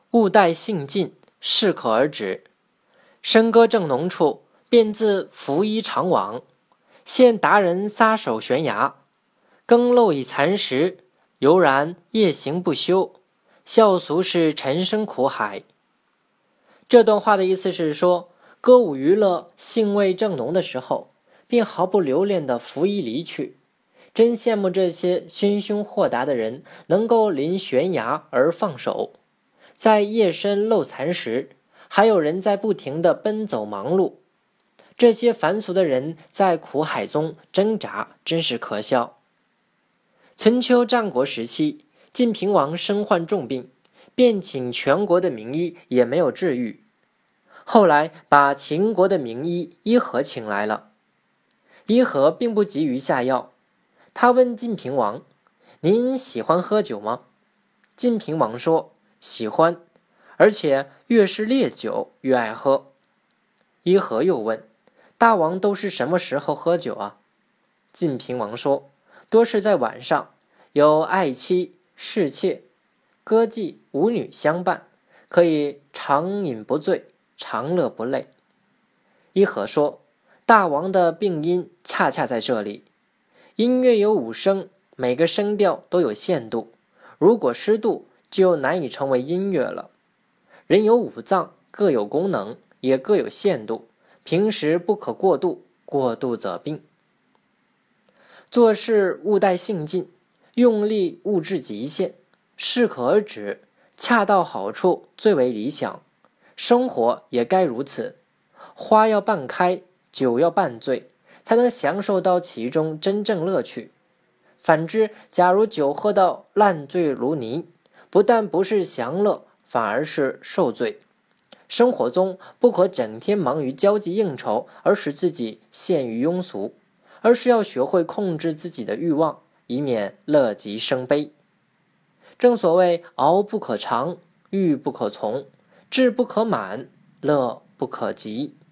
勿待兴尽，适可而止。笙歌正浓处，便自拂衣长往。现达人撒手悬崖，更漏以残时，犹然夜行不休。笑俗是尘生苦海。这段话的意思是说，歌舞娱乐兴味正浓的时候，便毫不留恋地拂衣离去。真羡慕这些心胸豁达的人，能够临悬崖而放手。在夜深漏残时，还有人在不停地奔走忙碌。这些凡俗的人在苦海中挣扎，真是可笑。春秋战国时期，晋平王身患重病，便请全国的名医，也没有治愈。后来把秦国的名医伊和请来了。伊和并不急于下药，他问晋平王：“您喜欢喝酒吗？”晋平王说：“喜欢，而且越是烈酒越爱喝。”伊和又问：“大王都是什么时候喝酒啊？”晋平王说：“多是在晚上，有爱妻、侍妾、歌妓、舞女相伴，可以长饮不醉，长乐不累。”伊和说：“大王的病因恰恰在这里。音乐有5声，每个声调都有限度，如果失度，就难以成为音乐了。人有5脏，各有功能，也各有限度，平时不可过度，过度则病。做事勿待兴尽，用力勿至极限，适可而止，恰到好处最为理想。生活也该如此，花要半开，酒要半醉，才能享受到其中真正乐趣。反之，假如酒喝到烂醉如泥，不但不是享乐，反而是受罪。生活中不可整天忙于交际应酬，而使自己陷于庸俗，而是要学会控制自己的欲望，以免乐极生悲。正所谓熬不可长，欲不可从，志不可满，乐不可及。